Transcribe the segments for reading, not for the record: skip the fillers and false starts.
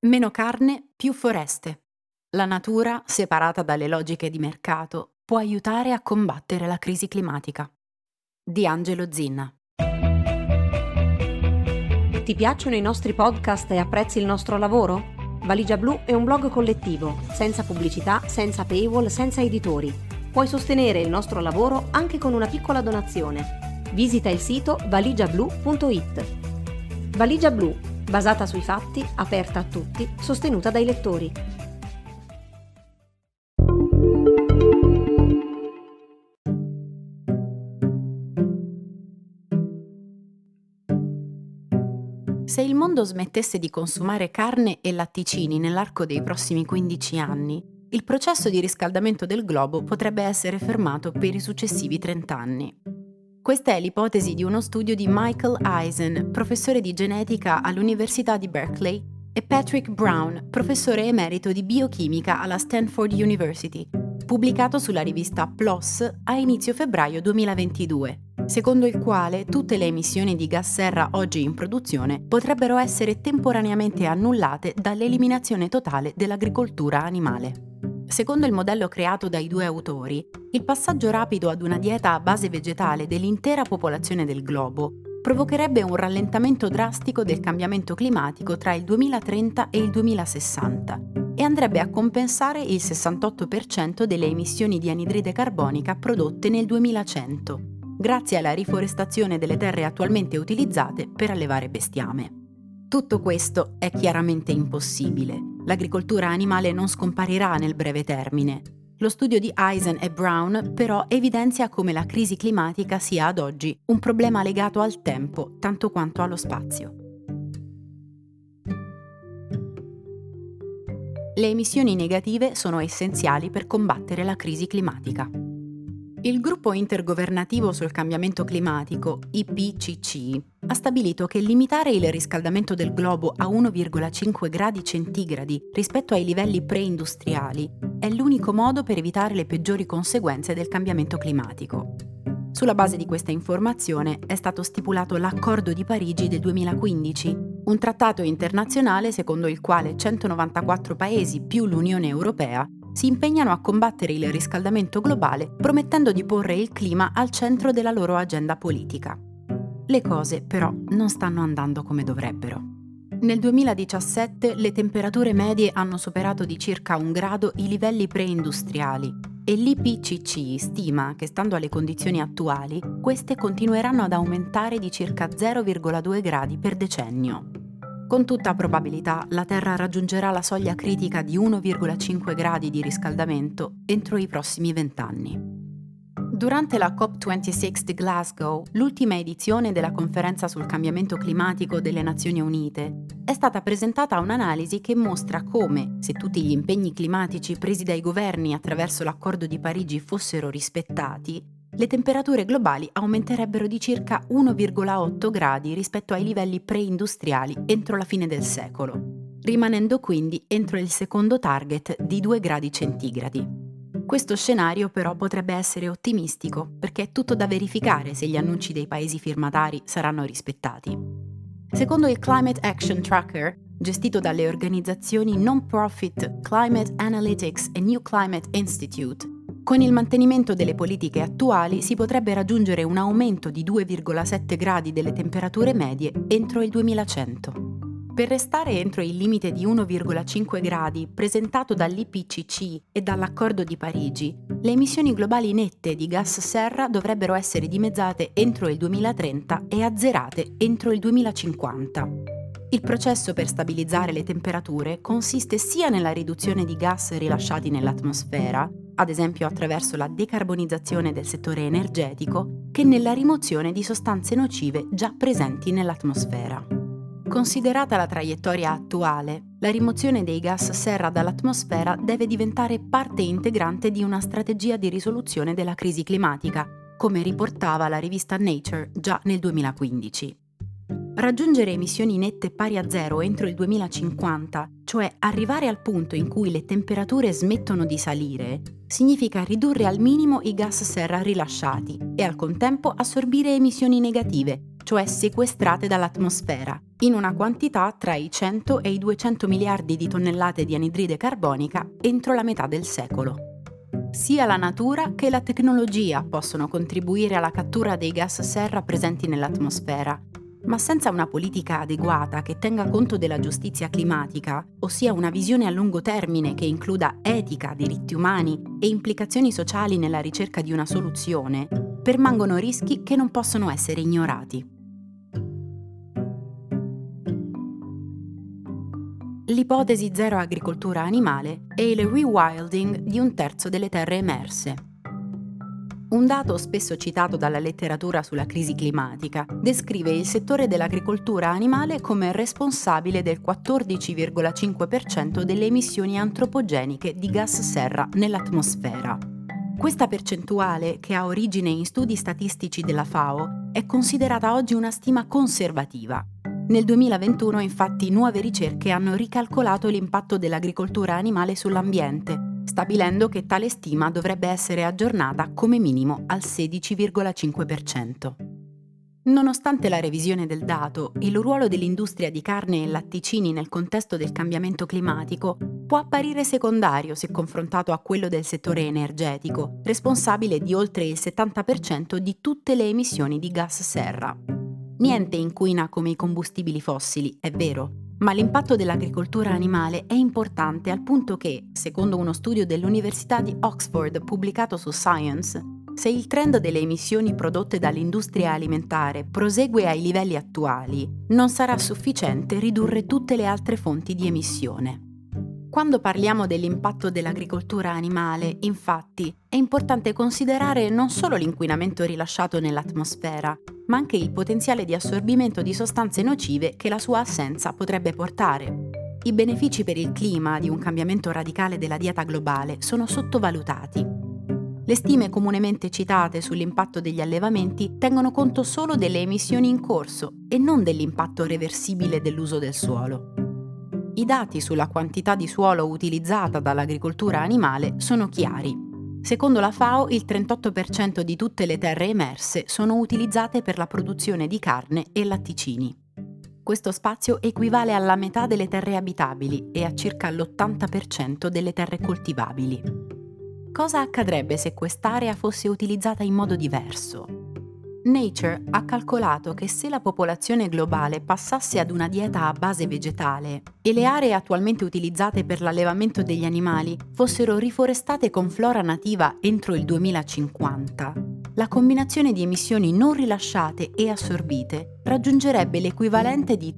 Meno carne, più foreste. La natura, separata dalle logiche di mercato, può aiutare a combattere la crisi climatica. Di Angelo Zinna. Ti piacciono i nostri podcast e apprezzi il nostro lavoro? Valigia Blu è un blog collettivo, senza pubblicità, senza paywall, senza editori. Puoi sostenere il nostro lavoro anche con una piccola donazione. Visita il sito valigiablu.it. Valigia Blu, basata sui fatti, aperta a tutti, sostenuta dai lettori. Se il mondo smettesse di consumare carne e latticini nell'arco dei prossimi 15 anni, il processo di riscaldamento del globo potrebbe essere fermato per i successivi 30 anni. Questa è l'ipotesi di uno studio di Michael Eisen, professore di genetica all'Università di Berkeley, e Patrick Brown, professore emerito di biochimica alla Stanford University, pubblicato sulla rivista PLOS a inizio febbraio 2022, secondo il quale tutte le emissioni di gas serra oggi in produzione potrebbero essere temporaneamente annullate dall'eliminazione totale dell'agricoltura animale. Secondo il modello creato dai due autori, il passaggio rapido ad una dieta a base vegetale dell'intera popolazione del globo provocherebbe un rallentamento drastico del cambiamento climatico tra il 2030 e il 2060 e andrebbe a compensare il 68% delle emissioni di anidride carbonica prodotte nel 2100, grazie alla riforestazione delle terre attualmente utilizzate per allevare bestiame. Tutto questo è chiaramente impossibile. L'agricoltura animale non scomparirà nel breve termine. Lo studio di Eisen e Brown però evidenzia come la crisi climatica sia ad oggi un problema legato al tempo tanto quanto allo spazio. Le emissioni negative sono essenziali per combattere la crisi climatica. Il gruppo intergovernativo sul cambiamento climatico, IPCC, ha stabilito che limitare il riscaldamento del globo a 1,5 gradi centigradi rispetto ai livelli preindustriali è l'unico modo per evitare le peggiori conseguenze del cambiamento climatico. Sulla base di questa informazione è stato stipulato l'Accordo di Parigi del 2015, un trattato internazionale secondo il quale 194 paesi più l'Unione Europea si impegnano a combattere il riscaldamento globale promettendo di porre il clima al centro della loro agenda politica. Le cose però non stanno andando come dovrebbero. Nel 2017 le temperature medie hanno superato di circa 1 grado i livelli preindustriali e l'IPCC stima che, stando alle condizioni attuali, queste continueranno ad aumentare di circa 0,2 gradi per decennio. Con tutta probabilità la Terra raggiungerà la soglia critica di 1,5 gradi di riscaldamento entro i prossimi 20 anni. Durante la COP26 di Glasgow, l'ultima edizione della conferenza sul cambiamento climatico delle Nazioni Unite, è stata presentata un'analisi che mostra come, se tutti gli impegni climatici presi dai governi attraverso l'Accordo di Parigi fossero rispettati, le temperature globali aumenterebbero di circa 1,8 gradi rispetto ai livelli preindustriali entro la fine del secolo, rimanendo quindi entro il secondo target di 2 gradi centigradi. Questo scenario però potrebbe essere ottimistico, perché è tutto da verificare se gli annunci dei paesi firmatari saranno rispettati. Secondo il Climate Action Tracker, gestito dalle organizzazioni non-profit Climate Analytics e New Climate Institute, con il mantenimento delle politiche attuali si potrebbe raggiungere un aumento di 2,7 gradi delle temperature medie entro il 2100. Per restare entro il limite di 1,5 gradi presentato dall'IPCC e dall'Accordo di Parigi, le emissioni globali nette di gas serra dovrebbero essere dimezzate entro il 2030 e azzerate entro il 2050. Il processo per stabilizzare le temperature consiste sia nella riduzione di gas rilasciati nell'atmosfera, ad esempio attraverso la decarbonizzazione del settore energetico, che nella rimozione di sostanze nocive già presenti nell'atmosfera. Considerata la traiettoria attuale, la rimozione dei gas serra dall'atmosfera deve diventare parte integrante di una strategia di risoluzione della crisi climatica, come riportava la rivista Nature già nel 2015. Raggiungere emissioni nette pari a zero entro il 2050, cioè arrivare al punto in cui le temperature smettono di salire, significa ridurre al minimo i gas serra rilasciati e al contempo assorbire emissioni negative, cioè sequestrate dall'atmosfera, in una quantità tra i 100 e i 200 miliardi di tonnellate di anidride carbonica entro la metà del secolo. Sia la natura che la tecnologia possono contribuire alla cattura dei gas serra presenti nell'atmosfera, ma senza una politica adeguata che tenga conto della giustizia climatica, ossia una visione a lungo termine che includa etica, diritti umani e implicazioni sociali nella ricerca di una soluzione, permangono rischi che non possono essere ignorati. L'ipotesi zero agricoltura animale è il rewilding di un terzo delle terre emerse. Un dato spesso citato dalla letteratura sulla crisi climatica descrive il settore dell'agricoltura animale come responsabile del 14,5% delle emissioni antropogeniche di gas serra nell'atmosfera. Questa percentuale, che ha origine in studi statistici della FAO, è considerata oggi una stima conservativa. Nel 2021, infatti, nuove ricerche hanno ricalcolato l'impatto dell'agricoltura animale sull'ambiente, stabilendo che tale stima dovrebbe essere aggiornata come minimo al 16,5%. Nonostante la revisione del dato, il ruolo dell'industria di carne e latticini nel contesto del cambiamento climatico può apparire secondario se confrontato a quello del settore energetico, responsabile di oltre il 70% di tutte le emissioni di gas serra. Niente inquina come i combustibili fossili, è vero, ma l'impatto dell'agricoltura animale è importante al punto che, secondo uno studio dell'Università di Oxford pubblicato su Science, se il trend delle emissioni prodotte dall'industria alimentare prosegue ai livelli attuali, non sarà sufficiente ridurre tutte le altre fonti di emissione. Quando parliamo dell'impatto dell'agricoltura animale, infatti, è importante considerare non solo l'inquinamento rilasciato nell'atmosfera, ma anche il potenziale di assorbimento di sostanze nocive che la sua assenza potrebbe portare. I benefici per il clima di un cambiamento radicale della dieta globale sono sottovalutati. Le stime comunemente citate sull'impatto degli allevamenti tengono conto solo delle emissioni in corso e non dell'impatto reversibile dell'uso del suolo. I dati sulla quantità di suolo utilizzata dall'agricoltura animale sono chiari. Secondo la FAO, il 38% di tutte le terre emerse sono utilizzate per la produzione di carne e latticini. Questo spazio equivale alla metà delle terre abitabili e a circa l'80% delle terre coltivabili. Cosa accadrebbe se quest'area fosse utilizzata in modo diverso? Nature ha calcolato che se la popolazione globale passasse ad una dieta a base vegetale e le aree attualmente utilizzate per l'allevamento degli animali fossero riforestate con flora nativa entro il 2050, la combinazione di emissioni non rilasciate e assorbite raggiungerebbe l'equivalente di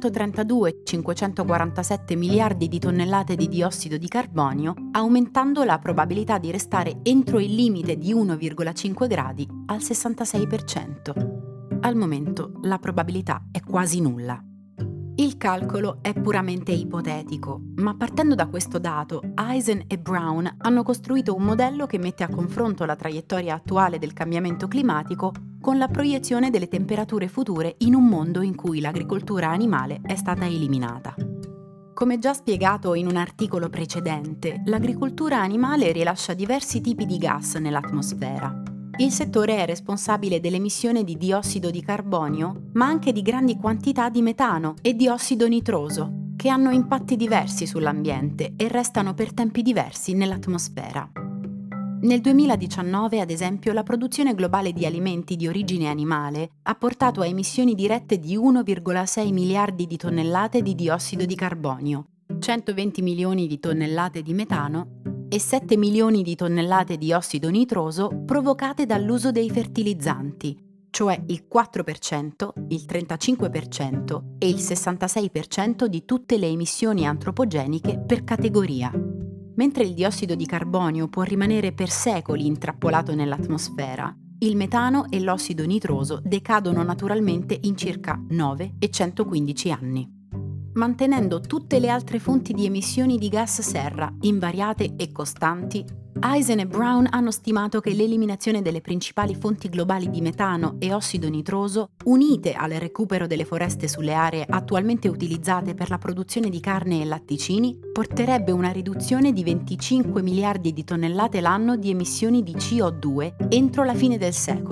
332,547 miliardi di tonnellate di diossido di carbonio, aumentando la probabilità di restare entro il limite di 1,5 gradi al 66%. Al momento la probabilità è quasi nulla. Il calcolo è puramente ipotetico, ma partendo da questo dato, Eisen e Brown hanno costruito un modello che mette a confronto la traiettoria attuale del cambiamento climatico con la proiezione delle temperature future in un mondo in cui l'agricoltura animale è stata eliminata. Come già spiegato in un articolo precedente, l'agricoltura animale rilascia diversi tipi di gas nell'atmosfera. Il settore è responsabile dell'emissione di diossido di carbonio, ma anche di grandi quantità di metano e di ossido nitroso, che hanno impatti diversi sull'ambiente e restano per tempi diversi nell'atmosfera. Nel 2019, ad esempio, la produzione globale di alimenti di origine animale ha portato a emissioni dirette di 1,6 miliardi di tonnellate di diossido di carbonio, 120 milioni di tonnellate di metano e 7 milioni di tonnellate di ossido nitroso provocate dall'uso dei fertilizzanti, cioè il 4%, il 35% e il 66% di tutte le emissioni antropogeniche per categoria. Mentre il diossido di carbonio può rimanere per secoli intrappolato nell'atmosfera, il metano e l'ossido nitroso decadono naturalmente in circa 9 e 115 anni. Mantenendo tutte le altre fonti di emissioni di gas serra invariate e costanti, Eisen e Brown hanno stimato che l'eliminazione delle principali fonti globali di metano e ossido nitroso, unite al recupero delle foreste sulle aree attualmente utilizzate per la produzione di carne e latticini, porterebbe una riduzione di 25 miliardi di tonnellate l'anno di emissioni di CO2 entro la fine del secolo.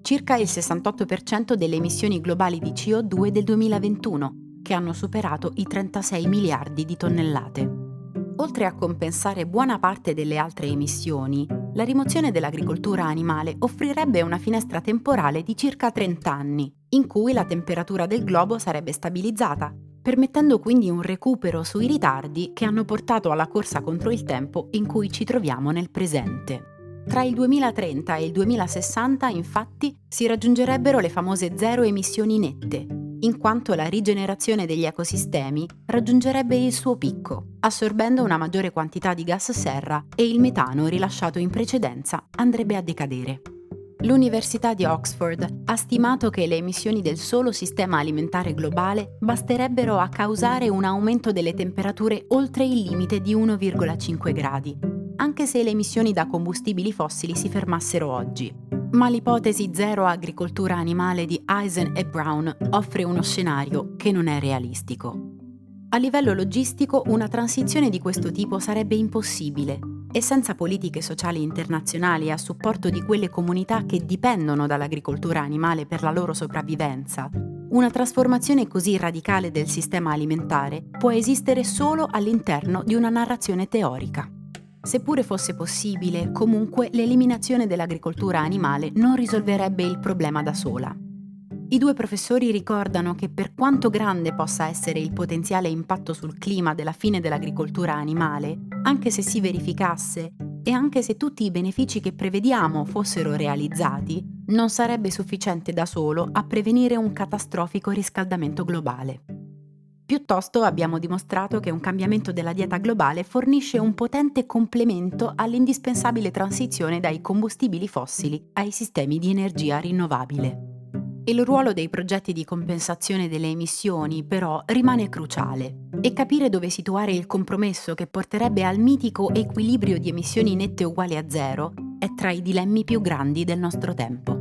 circa il 68% delle emissioni globali di CO2 del 2021, che hanno superato i 36 miliardi di tonnellate. Oltre a compensare buona parte delle altre emissioni, la rimozione dell'agricoltura animale offrirebbe una finestra temporale di circa 30 anni, in cui la temperatura del globo sarebbe stabilizzata, permettendo quindi un recupero sui ritardi che hanno portato alla corsa contro il tempo in cui ci troviamo nel presente. Tra il 2030 e il 2060, infatti, si raggiungerebbero le famose zero emissioni nette, in quanto la rigenerazione degli ecosistemi raggiungerebbe il suo picco, assorbendo una maggiore quantità di gas serra e il metano rilasciato in precedenza andrebbe a decadere. L'Università di Oxford ha stimato che le emissioni del solo sistema alimentare globale basterebbero a causare un aumento delle temperature oltre il limite di 1,5 gradi, anche se le emissioni da combustibili fossili si fermassero oggi. Ma l'ipotesi zero agricoltura animale di Eisen e Brown offre uno scenario che non è realistico. A livello logistico, una transizione di questo tipo sarebbe impossibile e senza politiche sociali internazionali a supporto di quelle comunità che dipendono dall'agricoltura animale per la loro sopravvivenza, una trasformazione così radicale del sistema alimentare può esistere solo all'interno di una narrazione teorica. Seppure fosse possibile, comunque l'eliminazione dell'agricoltura animale non risolverebbe il problema da sola. I due professori ricordano che per quanto grande possa essere il potenziale impatto sul clima della fine dell'agricoltura animale, anche se si verificasse e anche se tutti i benefici che prevediamo fossero realizzati, non sarebbe sufficiente da solo a prevenire un catastrofico riscaldamento globale. Piuttosto abbiamo dimostrato che un cambiamento della dieta globale fornisce un potente complemento all'indispensabile transizione dai combustibili fossili ai sistemi di energia rinnovabile. Il ruolo dei progetti di compensazione delle emissioni, però, rimane cruciale e capire dove situare il compromesso che porterebbe al mitico equilibrio di emissioni nette uguali a zero è tra i dilemmi più grandi del nostro tempo.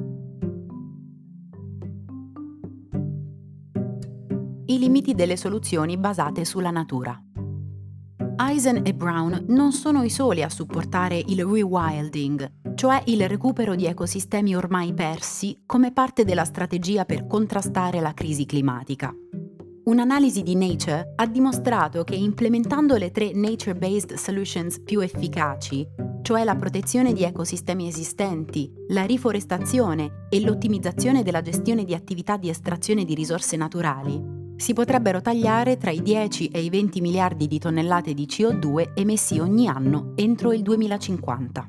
I limiti delle soluzioni basate sulla natura. Eisen e Brown non sono i soli a supportare il rewilding, cioè il recupero di ecosistemi ormai persi come parte della strategia per contrastare la crisi climatica. Un'analisi di Nature ha dimostrato che implementando le 3 nature-based solutions più efficaci, cioè la protezione di ecosistemi esistenti, la riforestazione e l'ottimizzazione della gestione di attività di estrazione di risorse naturali, si potrebbero tagliare tra i 10 e i 20 miliardi di tonnellate di CO2 emessi ogni anno entro il 2050.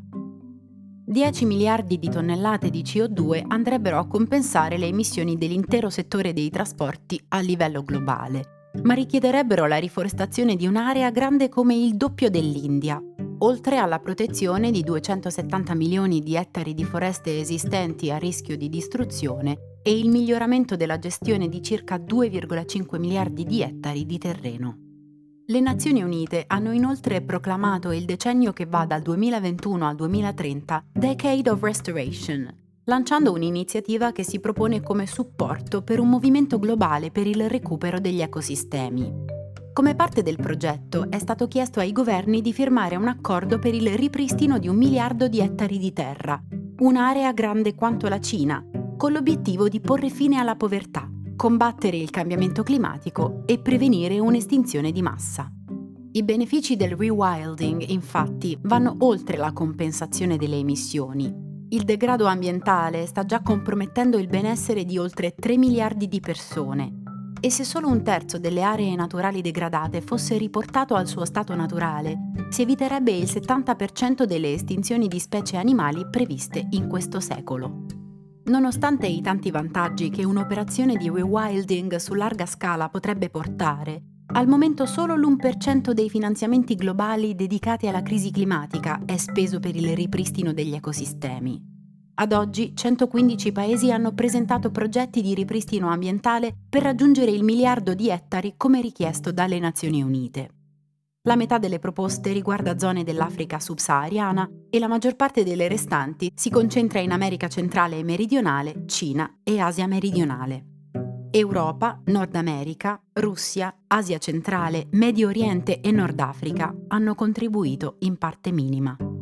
10 miliardi di tonnellate di CO2 andrebbero a compensare le emissioni dell'intero settore dei trasporti a livello globale, ma richiederebbero la riforestazione di un'area grande come il doppio dell'India, oltre alla protezione di 270 milioni di ettari di foreste esistenti a rischio di distruzione e il miglioramento della gestione di circa 2,5 miliardi di ettari di terreno. Le Nazioni Unite hanno inoltre proclamato il decennio che va dal 2021 al 2030 Decade of Restoration, lanciando un'iniziativa che si propone come supporto per un movimento globale per il recupero degli ecosistemi. Come parte del progetto è stato chiesto ai governi di firmare un accordo per il ripristino di 1 miliardo di ettari di terra, un'area grande quanto la Cina, con l'obiettivo di porre fine alla povertà, combattere il cambiamento climatico e prevenire un'estinzione di massa. I benefici del rewilding, infatti, vanno oltre la compensazione delle emissioni. Il degrado ambientale sta già compromettendo il benessere di oltre 3 miliardi di persone e se solo 1/3 delle aree naturali degradate fosse riportato al suo stato naturale, si eviterebbe il 70% delle estinzioni di specie animali previste in questo secolo. Nonostante i tanti vantaggi che un'operazione di rewilding su larga scala potrebbe portare, al momento solo l'1% dei finanziamenti globali dedicati alla crisi climatica è speso per il ripristino degli ecosistemi. Ad oggi 115 paesi hanno presentato progetti di ripristino ambientale per raggiungere il miliardo di ettari come richiesto dalle Nazioni Unite. La metà delle proposte riguarda zone dell'Africa subsahariana e la maggior parte delle restanti si concentra in America centrale e meridionale, Cina e Asia meridionale. Europa, Nord America, Russia, Asia centrale, Medio Oriente e Nord Africa hanno contribuito in parte minima.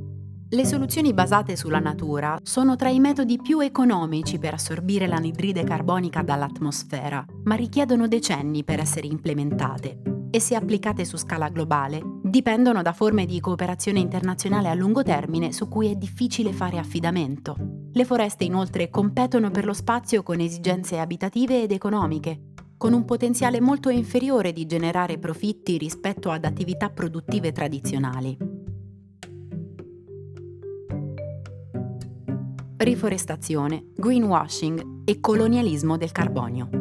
Le soluzioni basate sulla natura sono tra i metodi più economici per assorbire l'anidride carbonica dall'atmosfera, ma richiedono decenni per essere implementate e, se applicate su scala globale, dipendono da forme di cooperazione internazionale a lungo termine su cui è difficile fare affidamento. Le foreste inoltre competono per lo spazio con esigenze abitative ed economiche, con un potenziale molto inferiore di generare profitti rispetto ad attività produttive tradizionali. Riforestazione, greenwashing e colonialismo del carbonio.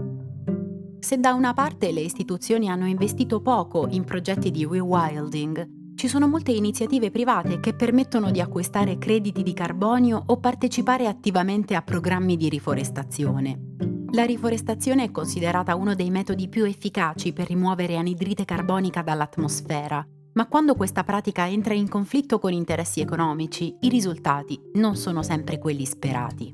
Se da una parte le istituzioni hanno investito poco in progetti di rewilding, ci sono molte iniziative private che permettono di acquistare crediti di carbonio o partecipare attivamente a programmi di riforestazione. La riforestazione è considerata uno dei metodi più efficaci per rimuovere anidride carbonica dall'atmosfera, ma quando questa pratica entra in conflitto con interessi economici, i risultati non sono sempre quelli sperati.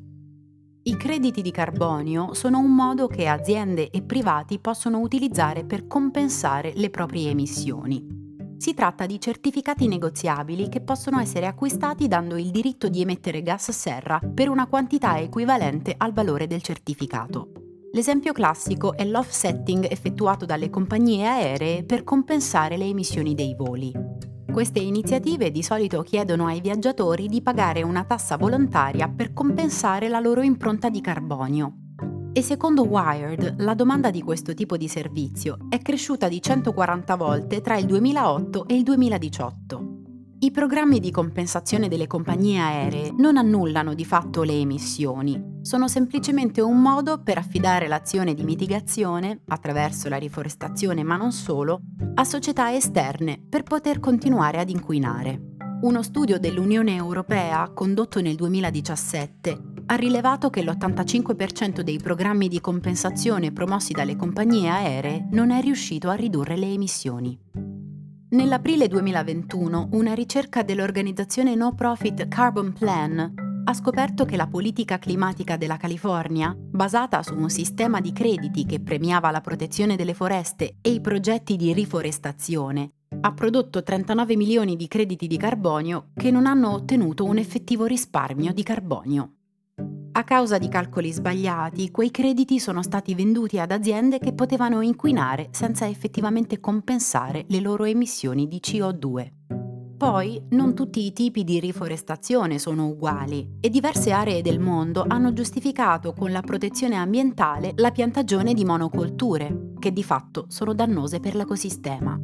I crediti di carbonio sono un modo che aziende e privati possono utilizzare per compensare le proprie emissioni. Si tratta di certificati negoziabili che possono essere acquistati dando il diritto di emettere gas serra per una quantità equivalente al valore del certificato. L'esempio classico è l'offsetting effettuato dalle compagnie aeree per compensare le emissioni dei voli. Queste iniziative di solito chiedono ai viaggiatori di pagare una tassa volontaria per compensare la loro impronta di carbonio. E secondo Wired, la domanda di questo tipo di servizio è cresciuta di 140 volte tra il 2008 e il 2018. I programmi di compensazione delle compagnie aeree non annullano di fatto le emissioni, sono semplicemente un modo per affidare l'azione di mitigazione, attraverso la riforestazione ma non solo, a società esterne per poter continuare ad inquinare. Uno studio dell'Unione Europea, condotto nel 2017, ha rilevato che l'85% dei programmi di compensazione promossi dalle compagnie aeree non è riuscito a ridurre le emissioni. Nell'aprile 2021, una ricerca dell'organizzazione no-profit Carbon Plan ha scoperto che la politica climatica della California, basata su un sistema di crediti che premiava la protezione delle foreste e i progetti di riforestazione, ha prodotto 39 milioni di crediti di carbonio che non hanno ottenuto un effettivo risparmio di carbonio. A causa di calcoli sbagliati, quei crediti sono stati venduti ad aziende che potevano inquinare senza effettivamente compensare le loro emissioni di CO2. Poi, non tutti i tipi di riforestazione sono uguali e diverse aree del mondo hanno giustificato con la protezione ambientale la piantagione di monocolture, che di fatto sono dannose per l'ecosistema.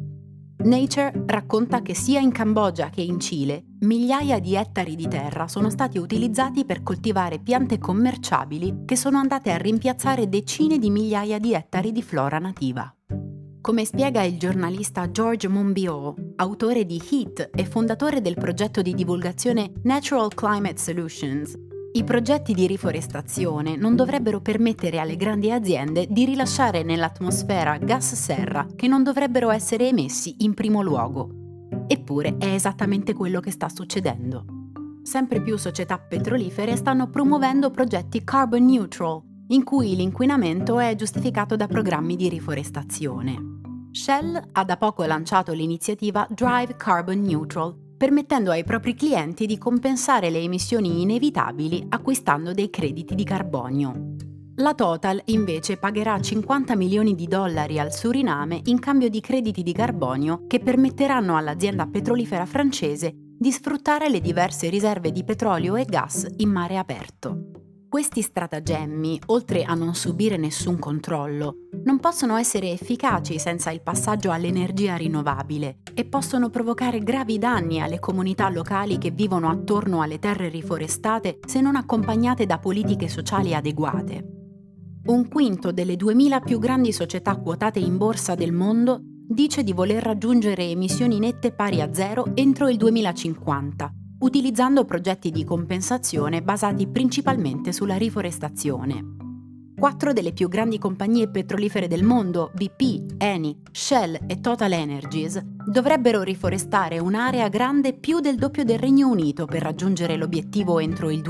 Nature racconta che sia in Cambogia che in Cile migliaia di ettari di terra sono stati utilizzati per coltivare piante commerciabili che sono andate a rimpiazzare decine di migliaia di ettari di flora nativa. Come spiega il giornalista George Monbiot, autore di HEAT e fondatore del progetto di divulgazione Natural Climate Solutions, i progetti di riforestazione non dovrebbero permettere alle grandi aziende di rilasciare nell'atmosfera gas serra che non dovrebbero essere emessi in primo luogo. Eppure è esattamente quello che sta succedendo. Sempre più società petrolifere stanno promuovendo progetti carbon neutral, in cui l'inquinamento è giustificato da programmi di riforestazione. Shell ha da poco lanciato l'iniziativa Drive Carbon Neutral, permettendo ai propri clienti di compensare le emissioni inevitabili acquistando dei crediti di carbonio. La Total invece pagherà 50 milioni di dollari al Suriname in cambio di crediti di carbonio che permetteranno all'azienda petrolifera francese di sfruttare le diverse riserve di petrolio e gas in mare aperto. Questi stratagemmi, oltre a non subire nessun controllo, non possono essere efficaci senza il passaggio all'energia rinnovabile e possono provocare gravi danni alle comunità locali che vivono attorno alle terre riforestate se non accompagnate da politiche sociali adeguate. Un quinto delle 2000 più grandi società quotate in borsa del mondo dice di voler raggiungere emissioni nette pari a zero entro il 2050, utilizzando progetti di compensazione basati principalmente sulla riforestazione. 4 delle più grandi compagnie petrolifere del mondo, BP, Eni, Shell e Total Energies, dovrebbero riforestare un'area grande più del doppio del Regno Unito per raggiungere l'obiettivo entro il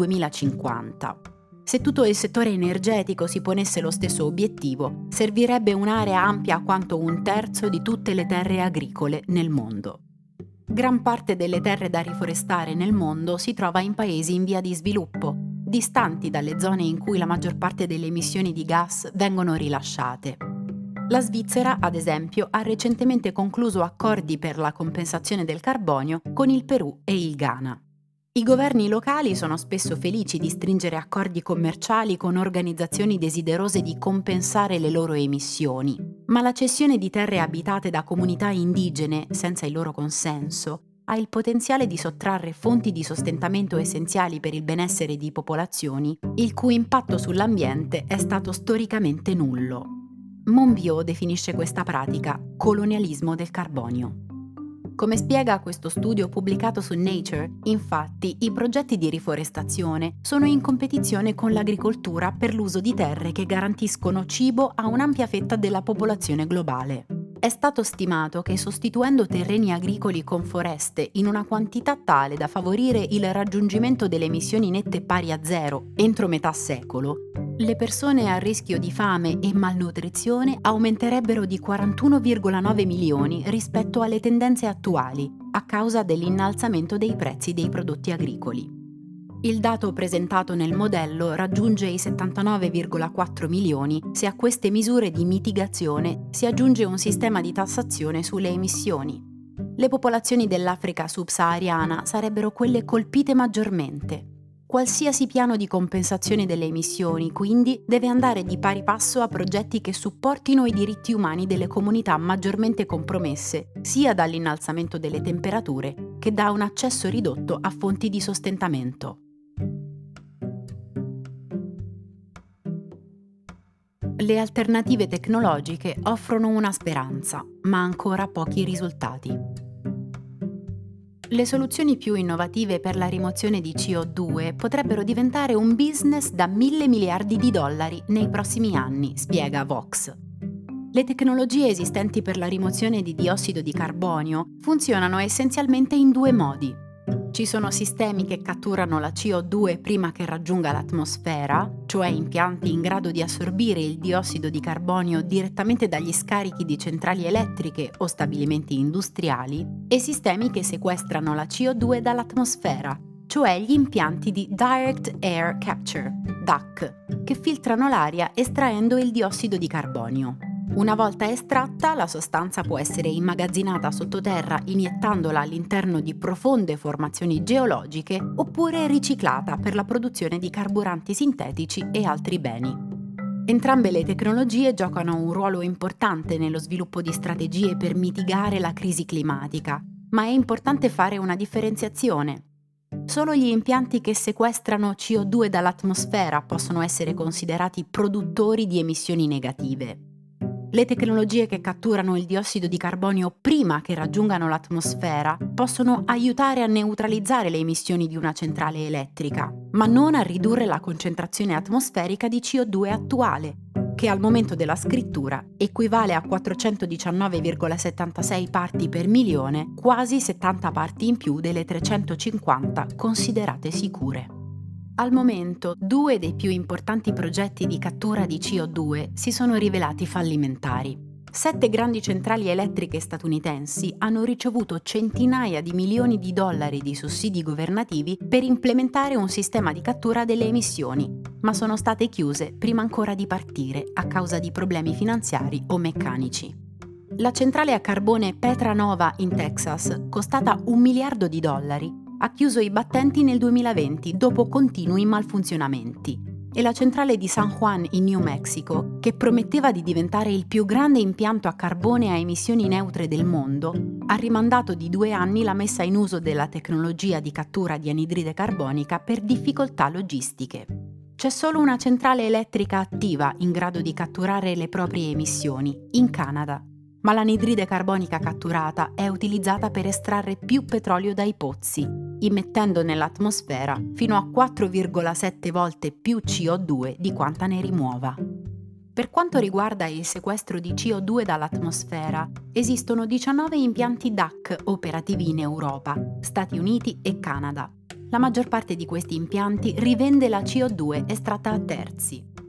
2050. Se tutto il settore energetico si ponesse lo stesso obiettivo, servirebbe un'area ampia quanto un terzo di tutte le terre agricole nel mondo. Gran parte delle terre da riforestare nel mondo si trova in paesi in via di sviluppo, distanti dalle zone in cui la maggior parte delle emissioni di gas vengono rilasciate. La Svizzera, ad esempio, ha recentemente concluso accordi per la compensazione del carbonio con il Perù e il Ghana. I governi locali sono spesso felici di stringere accordi commerciali con organizzazioni desiderose di compensare le loro emissioni, ma la cessione di terre abitate da comunità indigene senza il loro consenso ha il potenziale di sottrarre fonti di sostentamento essenziali per il benessere di popolazioni, il cui impatto sull'ambiente è stato storicamente nullo. Monbiot definisce questa pratica colonialismo del carbonio. Come spiega questo studio pubblicato su Nature, infatti, i progetti di riforestazione sono in competizione con l'agricoltura per l'uso di terre che garantiscono cibo a un'ampia fetta della popolazione globale. È stato stimato che sostituendo terreni agricoli con foreste in una quantità tale da favorire il raggiungimento delle emissioni nette pari a zero entro metà secolo, le persone a rischio di fame e malnutrizione aumenterebbero di 41,9 milioni rispetto alle tendenze attuali, a causa dell'innalzamento dei prezzi dei prodotti agricoli. Il dato presentato nel modello raggiunge i 79,4 milioni se a queste misure di mitigazione si aggiunge un sistema di tassazione sulle emissioni. Le popolazioni dell'Africa subsahariana sarebbero quelle colpite maggiormente. Qualsiasi piano di compensazione delle emissioni, quindi, deve andare di pari passo a progetti che supportino i diritti umani delle comunità maggiormente compromesse, sia dall'innalzamento delle temperature che da un accesso ridotto a fonti di sostentamento. Le alternative tecnologiche offrono una speranza, ma ancora pochi risultati. Le soluzioni più innovative per la rimozione di CO2 potrebbero diventare un business da 1.000 miliardi di dollari nei prossimi anni, spiega Vox. Le tecnologie esistenti per la rimozione di diossido di carbonio funzionano essenzialmente in due modi. Ci sono sistemi che catturano la CO2 prima che raggiunga l'atmosfera, cioè impianti in grado di assorbire il diossido di carbonio direttamente dagli scarichi di centrali elettriche o stabilimenti industriali, e sistemi che sequestrano la CO2 dall'atmosfera, cioè gli impianti di Direct Air Capture, DAC, che filtrano l'aria estraendo il diossido di carbonio. Una volta estratta, la sostanza può essere immagazzinata sottoterra iniettandola all'interno di profonde formazioni geologiche oppure riciclata per la produzione di carburanti sintetici e altri beni. Entrambe le tecnologie giocano un ruolo importante nello sviluppo di strategie per mitigare la crisi climatica, ma è importante fare una differenziazione. Solo gli impianti che sequestrano CO2 dall'atmosfera possono essere considerati produttori di emissioni negative. Le tecnologie che catturano il diossido di carbonio prima che raggiungano l'atmosfera possono aiutare a neutralizzare le emissioni di una centrale elettrica, ma non a ridurre la concentrazione atmosferica di CO2 attuale, che al momento della scrittura equivale a 419,76 parti per milione, quasi 70 parti in più delle 350 considerate sicure. Al momento, 2 dei più importanti progetti di cattura di CO2 si sono rivelati fallimentari. 7 grandi centrali elettriche statunitensi hanno ricevuto centinaia di milioni di dollari di sussidi governativi per implementare un sistema di cattura delle emissioni, ma sono state chiuse prima ancora di partire a causa di problemi finanziari o meccanici. La centrale a carbone Petra Nova in Texas, costata $1 miliardo, ha chiuso i battenti nel 2020 dopo continui malfunzionamenti, e la centrale di San Juan in New Mexico, che prometteva di diventare il più grande impianto a carbone a emissioni neutre del mondo, ha rimandato di 2 anni la messa in uso della tecnologia di cattura di anidride carbonica per difficoltà logistiche. C'è solo una centrale elettrica attiva in grado di catturare le proprie emissioni, in Canada, ma l'anidride carbonica catturata è utilizzata per estrarre più petrolio dai pozzi, immettendo nell'atmosfera fino a 4,7 volte più CO2 di quanta ne rimuova. Per quanto riguarda il sequestro di CO2 dall'atmosfera, esistono 19 impianti DAC operativi in Europa, Stati Uniti e Canada. La maggior parte di questi impianti rivende la CO2 estratta a terzi.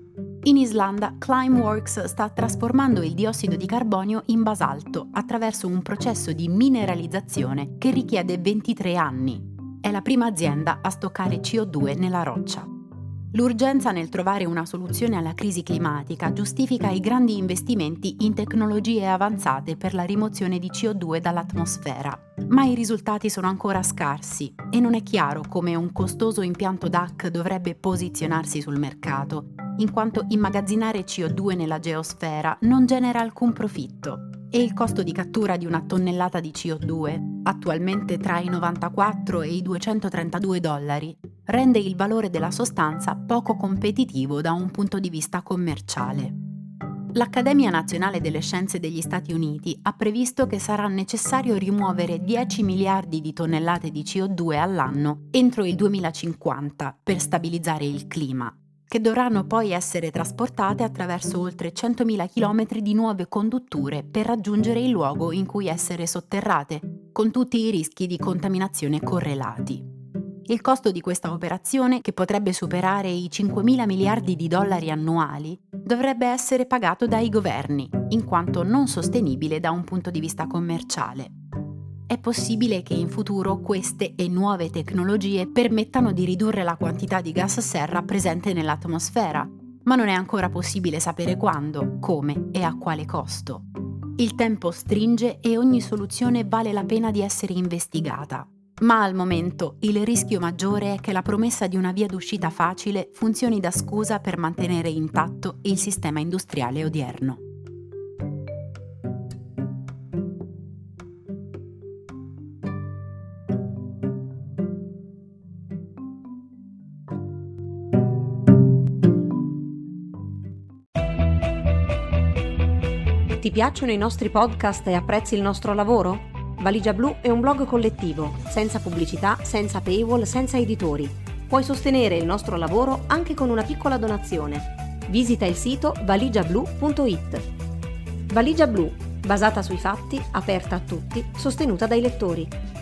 In Islanda, Climeworks sta trasformando il diossido di carbonio in basalto attraverso un processo di mineralizzazione che richiede 23 anni. È la prima azienda a stoccare CO2 nella roccia. L'urgenza nel trovare una soluzione alla crisi climatica giustifica i grandi investimenti in tecnologie avanzate per la rimozione di CO2 dall'atmosfera, ma i risultati sono ancora scarsi e non è chiaro come un costoso impianto DAC dovrebbe posizionarsi sul mercato, in quanto immagazzinare CO2 nella geosfera non genera alcun profitto e il costo di cattura di una tonnellata di CO2, attualmente tra i 94 e i $232, rende il valore della sostanza poco competitivo da un punto di vista commerciale. L'Accademia Nazionale delle Scienze degli Stati Uniti ha previsto che sarà necessario rimuovere 10 miliardi di tonnellate di CO2 all'anno entro il 2050 per stabilizzare il clima, che dovranno poi essere trasportate attraverso oltre 100.000 km di nuove condutture per raggiungere il luogo in cui essere sotterrate, con tutti i rischi di contaminazione correlati. Il costo di questa operazione, che potrebbe superare i 5.000 miliardi di dollari annuali, dovrebbe essere pagato dai governi, in quanto non sostenibile da un punto di vista commerciale. È possibile che in futuro queste e nuove tecnologie permettano di ridurre la quantità di gas serra presente nell'atmosfera, ma non è ancora possibile sapere quando, come e a quale costo. Il tempo stringe e ogni soluzione vale la pena di essere investigata. Ma al momento il rischio maggiore è che la promessa di una via d'uscita facile funzioni da scusa per mantenere intatto il sistema industriale odierno. Ti piacciono i nostri podcast e apprezzi il nostro lavoro? Valigia Blu è un blog collettivo, senza pubblicità, senza paywall, senza editori. Puoi sostenere il nostro lavoro anche con una piccola donazione. Visita il sito valigiablu.it. Valigia Blu, basata sui fatti, aperta a tutti, sostenuta dai lettori.